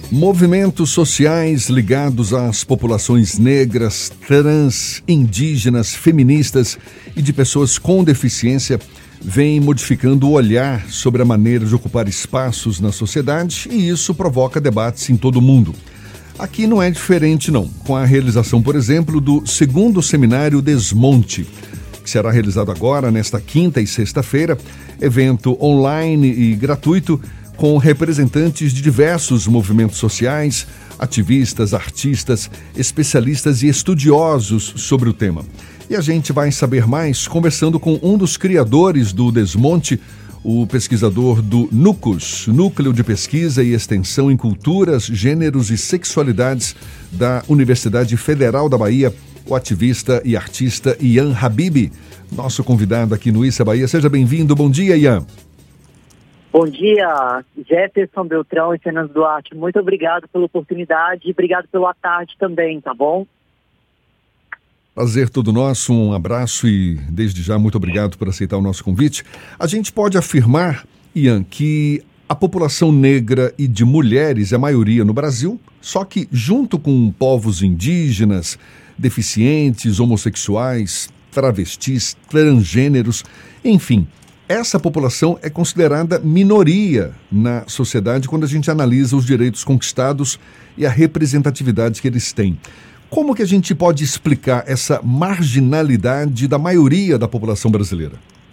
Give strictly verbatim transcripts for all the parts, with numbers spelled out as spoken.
Movimentos sociais ligados às populações negras, trans, indígenas, feministas e de pessoas com deficiência vêm modificando o olhar sobre a maneira de ocupar espaços na sociedade e isso provoca debates em todo o mundo. Aqui não é diferente não, com a realização, por exemplo, do segundo seminário Desmonte, que será realizado agora, nesta quinta e sexta-feira, evento online e gratuito, com representantes de diversos movimentos sociais, ativistas, artistas, especialistas e estudiosos sobre o tema. E a gente vai saber mais conversando com um dos criadores do Desmonte, o pesquisador do NUCUS, Núcleo de Pesquisa e Extensão em Culturas, Gêneros e Sexualidades da Universidade Federal da Bahia, o ativista e artista Ian Habib, nosso convidado aqui no Issa Bahia. Seja bem-vindo. Bom dia, Ian. Bom dia, Jefferson Beltrão e Fernando Duarte. Muito obrigado pela oportunidade e obrigado pela tarde também, tá bom? Prazer todo nosso, um abraço e desde já muito obrigado por aceitar o nosso convite. A gente pode afirmar, Ian, que a população negra e de mulheres é a maioria no Brasil, só que junto com povos indígenas, deficientes, homossexuais, travestis, transgêneros, enfim, essa população é considerada minoria na sociedade quando a gente analisa os direitos conquistados e a representatividade que eles têm. Como que a gente pode explicar essa marginalidade da maioria da população brasileira?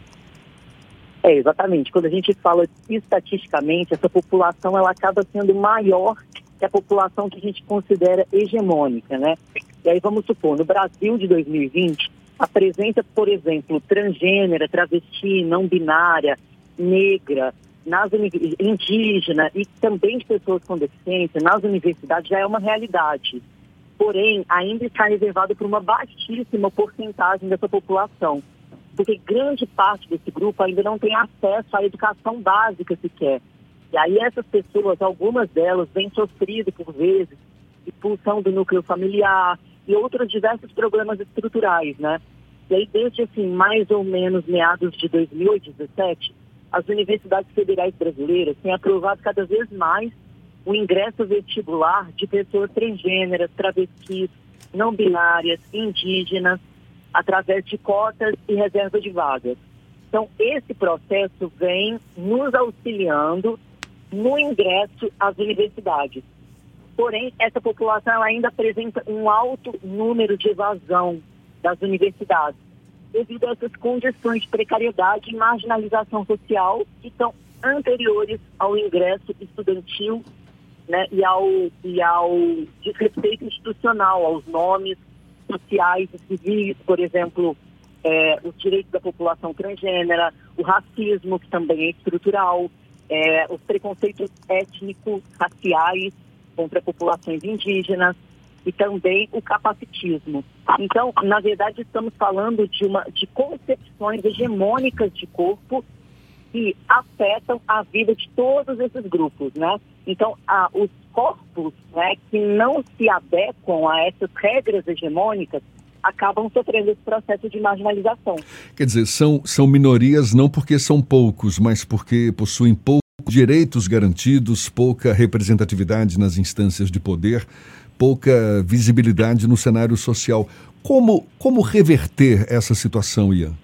É, exatamente. Quando a gente fala estatisticamente, essa população ela acaba sendo maior que a população que a gente considera hegemônica, né? E aí vamos supor, no Brasil de dois mil e vinte, a presença, por exemplo, transgênera, travesti, não binária, negra, nas uni- indígena e também de pessoas com deficiência nas universidades já é uma realidade. Porém, ainda está reservado para uma baixíssima porcentagem dessa população, porque grande parte desse grupo ainda não tem acesso à educação básica sequer. E aí essas pessoas, algumas delas, vêm sofrido por vezes expulsão do núcleo familiar e outros diversos problemas estruturais, né? E aí, desde, assim, mais ou menos meados de dois mil e dezessete, as universidades federais brasileiras têm aprovado cada vez mais o ingresso vestibular de pessoas transgêneras, travestis, não binárias, indígenas, através de cotas e reserva de vagas. Então, esse processo vem nos auxiliando no ingresso às universidades. Porém, essa população ela ainda apresenta um alto número de evasão das universidades, devido a essas condições de precariedade e marginalização social que são anteriores ao ingresso estudantil, né, e ao, e ao desrespeito institucional, aos nomes sociais e civis, por exemplo, é, os direitos da população transgênera, o racismo, que também é estrutural, é, os preconceitos étnicos, raciais contra populações indígenas e também o capacitismo. Então, na verdade, estamos falando de, uma, de concepções hegemônicas de corpo que afetam a vida de todos esses grupos, né? Então, a, os corpos, né, que não se adequam a essas regras hegemônicas acabam sofrendo esse processo de marginalização. Quer dizer, são, são minorias não porque são poucos, mas porque possuem poucos direitos garantidos, pouca representatividade nas instâncias de poder, pouca visibilidade no cenário social. Como, como reverter essa situação, Ian?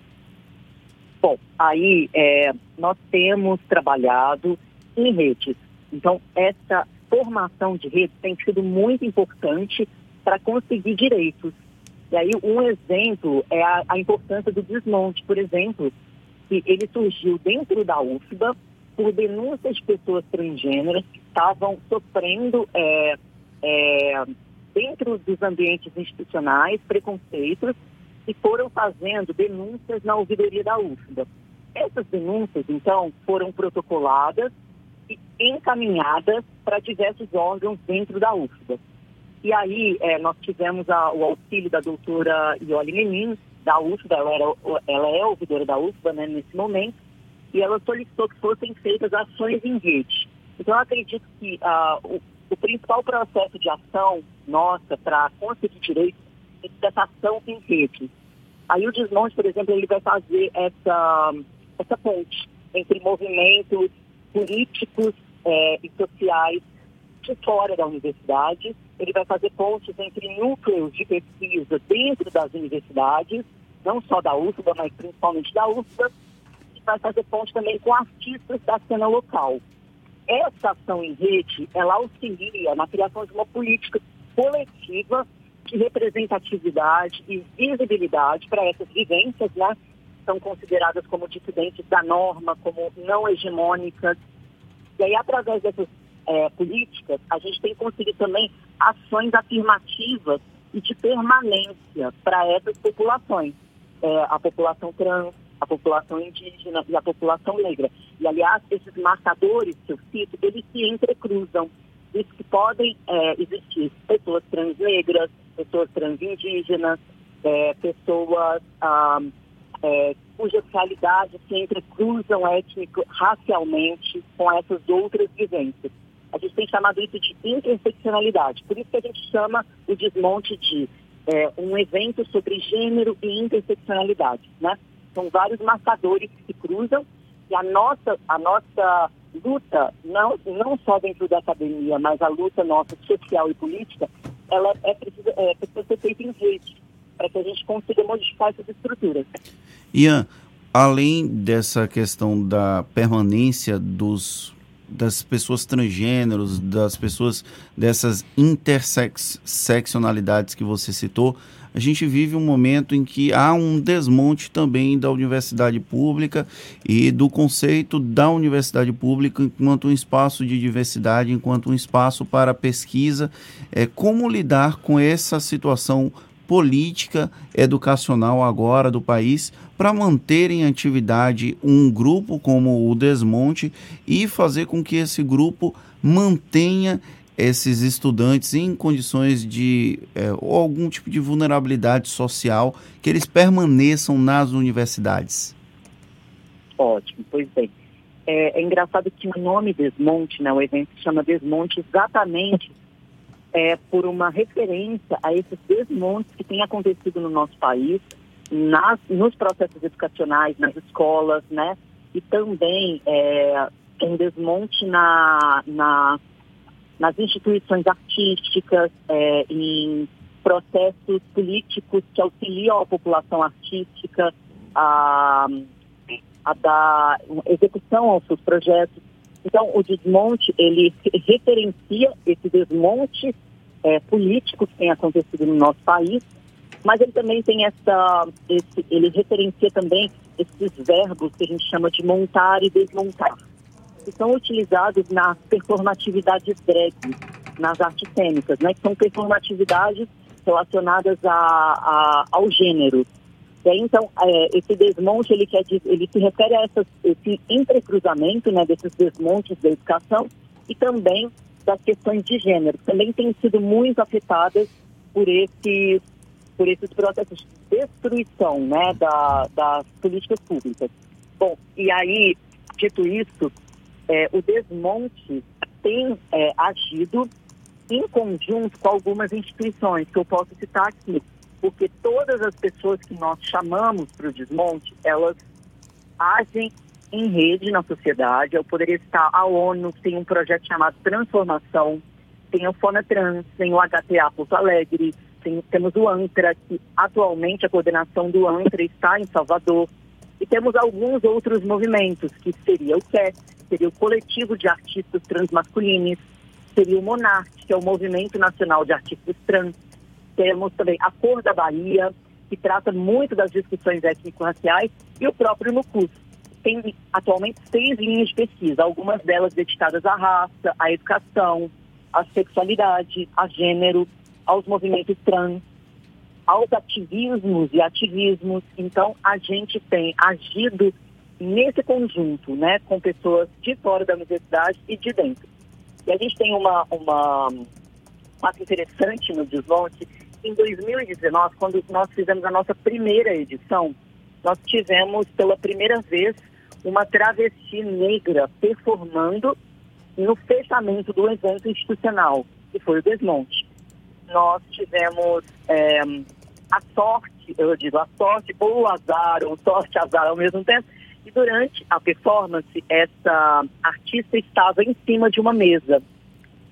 Bom, aí é, nós temos trabalhado em redes. Então, essa formação de redes tem sido muito importante para conseguir direitos. E aí, um exemplo é a, a importância do Desmonte, por exemplo, que ele surgiu dentro da U F B A por denúncias de pessoas transgêneras que estavam sofrendo é, é, dentro dos ambientes institucionais preconceitos e foram fazendo denúncias na ouvidoria da U F B A. Essas denúncias, então, foram protocoladas e encaminhadas para diversos órgãos dentro da U F B A. E aí, é, nós tivemos a, o auxílio da doutora Iole Menin, da U F B A, ela, era, ela é ouvidora da U F B A, né, nesse momento, e ela solicitou que fossem feitas ações em rede. Então, eu acredito que ah, o, o principal processo de ação nossa para conseguir direitos é essa ação em rede. Aí o Desmonte, por exemplo, ele vai fazer essa, essa ponte entre movimentos políticos é, e sociais de fora da universidade, ele vai fazer pontes entre núcleos de pesquisa dentro das universidades, não só da U F B A, mas principalmente da U F B A, e vai fazer ponte também com artistas da cena local. Essa ação em rede, ela auxilia na criação de uma política coletiva de representatividade e visibilidade para essas vivências, né? São consideradas como dissidentes da norma, como não hegemônicas. E aí, através dessas é, políticas, a gente tem conseguido também ações afirmativas e de permanência para essas populações. É, a população trans, a população indígena e a população negra. E, aliás, esses marcadores que eu cito, eles se entrecruzam. Isso que podem é, existir pessoas trans negras, pessoas trans indígenas, é, pessoas ah, é, cujas realidades se entrecruzam étnico, racialmente com essas outras vivências. A gente tem chamado isso de interseccionalidade. Por isso que a gente chama o desmonte de é, um evento sobre gênero e interseccionalidade, né? São vários marcadores que se cruzam e a nossa, a nossa luta, não, não só dentro da academia, mas a luta nossa social e política, ela é precisa, é, precisa ser feita em rede, para que a gente consiga modificar essas estruturas. Ian, além dessa questão da permanência dos, das pessoas transgêneros, das pessoas dessas interseccionalidades que você citou, a gente vive um momento em que há um desmonte também da universidade pública e do conceito da universidade pública enquanto um espaço de diversidade, enquanto um espaço para pesquisa. É, como lidar com essa situação política, educacional agora do país para manter em atividade um grupo como o Desmonte e fazer com que esse grupo mantenha esses estudantes em condições de é, ou algum tipo de vulnerabilidade social, que eles permaneçam nas universidades? Ótimo, pois bem. É, é engraçado que o nome Desmonte, né, o evento se chama Desmonte exatamente é, por uma referência a esses desmontes que têm acontecido no nosso país, nas, nos processos educacionais, nas escolas, né, e também é, um desmonte na... na nas instituições artísticas, é, em processos políticos que auxiliam a população artística a, a dar execução aos seus projetos. Então, o desmonte, ele referencia esse desmonte é, político que tem acontecido no nosso país, mas ele também tem essa, esse, ele referencia também esses verbos que a gente chama de montar e desmontar, que são utilizados nas performatividades drag, nas artes cênicas, né, que são performatividades relacionadas a, a, ao gênero. E aí, então, é, esse desmonte, ele, quer dizer, ele se refere a essas, esse entrecruzamento, né, desses desmontes da educação e também das questões de gênero, que também têm sido muito afetadas por esses, por esses processos de destruição, né, da, das políticas públicas. Bom, e aí, dito isso, É, o Desmonte tem é, agido em conjunto com algumas instituições que eu posso citar aqui, porque todas as pessoas que nós chamamos para o Desmonte, elas agem em rede na sociedade. Eu poderia citar a ONU, tem um projeto chamado Transformação, tem o Fonatrans, tem o H T A Porto Alegre, tem, temos o ANTRA, que atualmente a coordenação do ANTRA está em Salvador, e temos alguns outros movimentos, que seria o C E S, seria o Coletivo de Artistas Transmasculinos, seria o MONART, que é o Movimento Nacional de Artistas Trans. Temos também a Cor da Bahia, que trata muito das discussões étnico-raciais, e o próprio NUCUS. Tem atualmente seis linhas de pesquisa, algumas delas dedicadas à raça, à educação, à sexualidade, a gênero, aos movimentos trans, aos ativismos e ativismos. Então, a gente tem agido nesse conjunto, né, com pessoas de fora da universidade e de dentro. E a gente tem uma, uma um fato interessante no Desmonte. Em dois mil e dezenove, quando nós fizemos a nossa primeira edição, nós tivemos pela primeira vez uma travesti negra performando no fechamento do evento institucional, que foi o Desmonte. Nós tivemos é, a sorte, eu digo a sorte ou o azar, ou sorte e azar ao mesmo tempo, e durante a performance, essa artista estava em cima de uma mesa.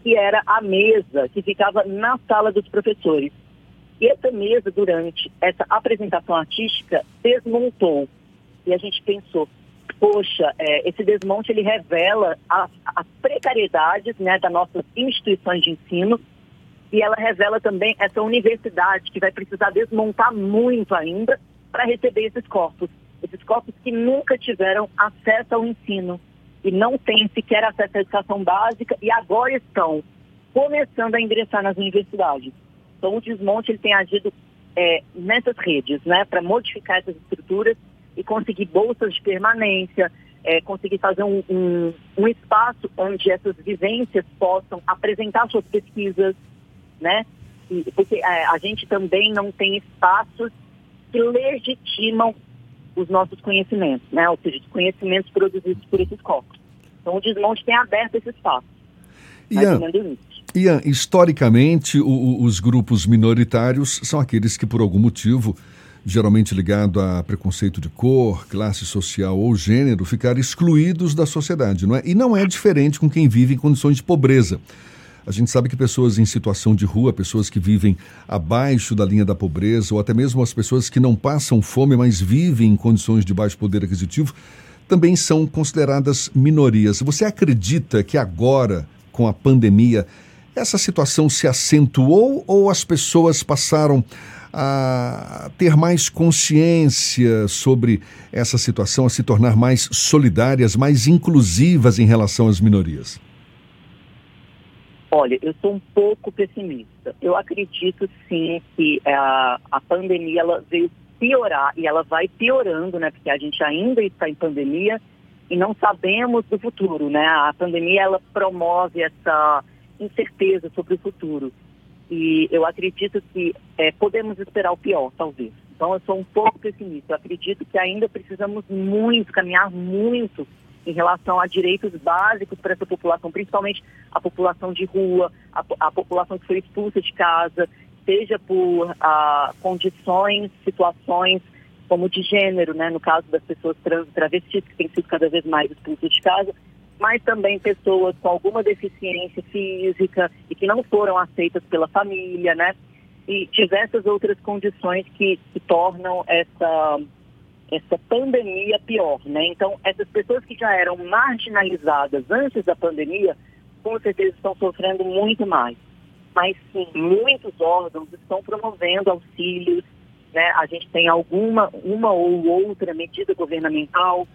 que era a mesa que ficava na sala dos professores. E essa mesa, durante essa apresentação artística, desmontou. E a gente pensou, poxa, é, esse desmonte ele revela as, as precariedades, né, das nossas instituições de ensino, e ela revela também essa universidade que vai precisar desmontar muito ainda para receber esses corpos. Esses corpos que nunca tiveram acesso ao ensino e não têm sequer acesso à educação básica e agora estão começando a ingressar nas universidades. Então o desmonte ele tem agido é, nessas redes, né, para modificar essas estruturas e conseguir bolsas de permanência, é, conseguir fazer um, um, um espaço onde essas vivências possam apresentar suas pesquisas, né? E, porque é, a gente também não tem espaços que legitimam os nossos conhecimentos, né? Ou seja, os conhecimentos produzidos por esses corpos. Então o desmonte tem aberto esse espaço. Ian, Ian, historicamente, o, o, os grupos minoritários são aqueles que, por algum motivo, geralmente ligado a preconceito de cor, classe social ou gênero, ficaram excluídos da sociedade, não é? E não é diferente com quem vive em condições de pobreza. A gente sabe que pessoas em situação de rua, pessoas que vivem abaixo da linha da pobreza, ou até mesmo as pessoas que não passam fome, mas vivem em condições de baixo poder aquisitivo, também são consideradas minorias. Você acredita que agora, com a pandemia, essa situação se acentuou ou as pessoas passaram a ter mais consciência sobre essa situação, a se tornar mais solidárias, mais inclusivas em relação às minorias? Olha, eu sou um pouco pessimista. Eu acredito sim que a, a pandemia ela veio piorar e ela vai piorando, né? Porque a gente ainda está em pandemia e não sabemos do futuro, né? A pandemia ela promove essa incerteza sobre o futuro. E eu acredito que é, podemos esperar o pior, talvez. Então eu sou um pouco pessimista. Eu acredito que ainda precisamos muito, caminhar muito em relação a direitos básicos para essa população, principalmente a população de rua, a, a população que foi expulsa de casa, seja por ah, condições, situações como de gênero, né, no caso das pessoas trans e travestis, que têm sido cada vez mais expulsas de casa, mas também pessoas com alguma deficiência física e que não foram aceitas pela família, né, e diversas outras condições que, que tornam essa... essa pandemia pior, né? Então, essas pessoas que já eram marginalizadas antes da pandemia, com certeza estão sofrendo muito mais. Mas, sim, muitos órgãos estão promovendo auxílios, né? A gente tem alguma, uma ou outra medida governamental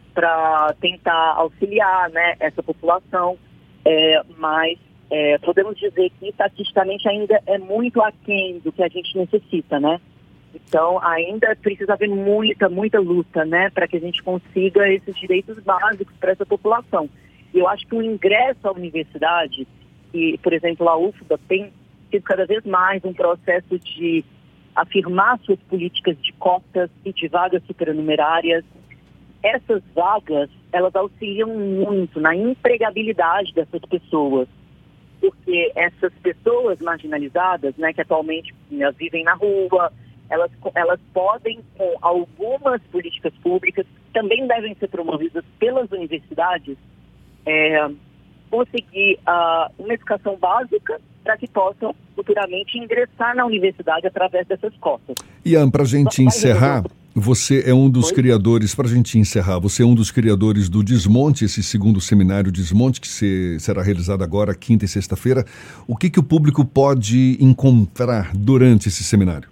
para tentar auxiliar, né, essa população, é, mas é, podemos dizer que, estatisticamente, ainda é muito aquém do que a gente necessita, né? Então, ainda precisa haver muita, muita luta, né, para que a gente consiga esses direitos básicos para essa população. E eu acho que o ingresso à universidade, e, por exemplo, a U F B A tem sido cada vez mais um processo de afirmar suas políticas de cotas e de vagas supernumerárias. Essas vagas, elas auxiliam muito na empregabilidade dessas pessoas, porque essas pessoas marginalizadas, né, que atualmente, né, vivem na rua, Elas, elas podem, com algumas políticas públicas, que também devem ser promovidas pelas universidades, é, conseguir uh, uma educação básica para que possam futuramente ingressar na universidade através dessas cotas. Ian, para a gente encerrar, você é um dos Oi? criadores, para a gente encerrar, você é um dos criadores do Desmonte, esse segundo seminário Desmonte, que se, será realizado agora, quinta e sexta-feira. O que, que o público pode encontrar durante esse seminário?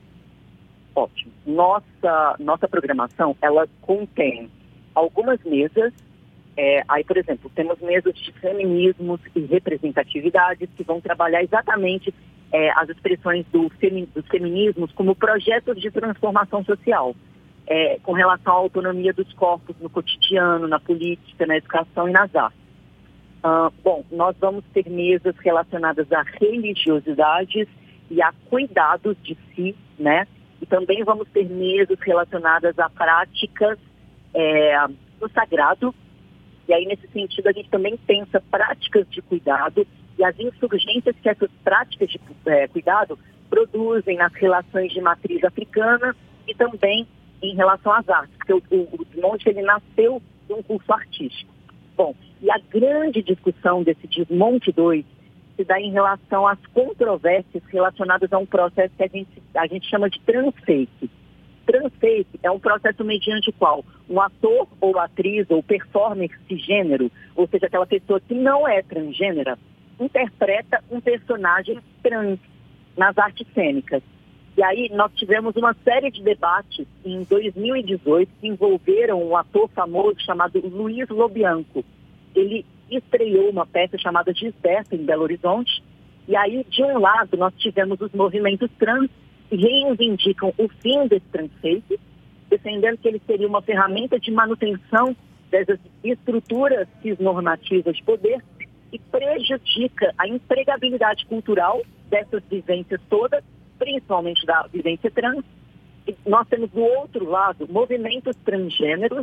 Ótimo. Nossa, nossa programação, ela contém algumas mesas, é, aí, por exemplo, temos mesas de feminismos e representatividades que vão trabalhar exatamente é, as expressões do femi, dos feminismos como projetos de transformação social, é, com relação à autonomia dos corpos no cotidiano, na política, na educação e nas artes. Ah, bom, nós vamos ter mesas relacionadas a religiosidades e a cuidados de si, né? E também vamos ter mesas relacionadas a práticas é, do sagrado. E aí, nesse sentido, a gente também pensa práticas de cuidado e as insurgências que essas práticas de é, cuidado produzem nas relações de matriz africana e também em relação às artes. Porque o, o, o Desmonte, ele nasceu de um curso artístico. Bom, e a grande discussão desse Desmonte dois se dá em relação às controvérsias relacionadas a um processo que a gente, a gente chama de transfake. Transfake é um processo mediante o qual um ator ou atriz ou performer cisgênero, ou seja, aquela pessoa que não é transgênera, interpreta um personagem trans nas artes cênicas. E aí nós tivemos uma série de debates em dois mil e dezoito que envolveram um ator famoso chamado Luiz Lobianco. Ele estreou uma peça chamada Gisberto em Belo Horizonte. E aí, de um lado, nós tivemos os movimentos trans que reivindicam o fim desse transfake, defendendo que ele seria uma ferramenta de manutenção dessas estruturas cisnormativas de poder e prejudica a empregabilidade cultural dessas vivências todas, principalmente da vivência trans. E nós temos do outro lado movimentos transgêneros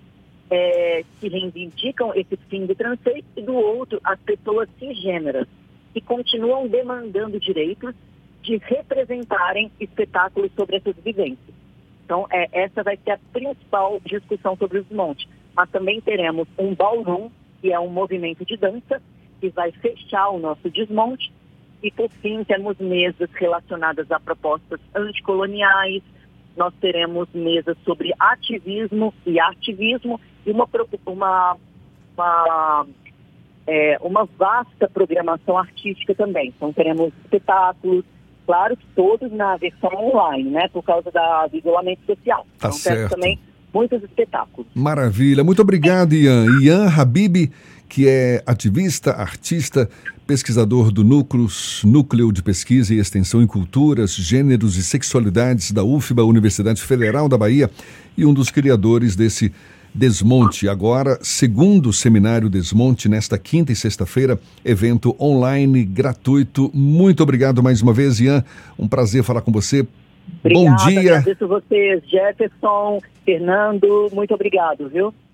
é, que reivindicam esse fim do transfake e do outro as pessoas cisgêneras que continuam demandando direitos de representarem espetáculos sobre essas vivências. Então, é, essa vai ser a principal discussão sobre o desmonte. Mas também teremos um ballroom, que é um movimento de dança, que vai fechar o nosso desmonte. E, por fim, temos mesas relacionadas a propostas anticoloniais. Nós teremos mesas sobre ativismo e artivismo e uma, uma, uma, é, uma vasta programação artística também. Então, teremos espetáculos, claro que todos na versão online, né, por causa da, do isolamento social. Tá então, certo. Temos também muitos espetáculos. Maravilha. Muito obrigado, Ian. Ian Habib, que é ativista, artista, pesquisador do Núcleos, Núcleo de Pesquisa e Extensão em Culturas, Gêneros e Sexualidades da U F B A, Universidade Federal da Bahia, e um dos criadores desse Desmonte. Agora, segundo seminário Desmonte, nesta quinta e sexta-feira, evento online gratuito. Muito obrigado mais uma vez, Ian. Um prazer falar com você. Obrigada, Bom dia. Agradeço vocês, Jefferson, Fernando. Muito obrigado, viu?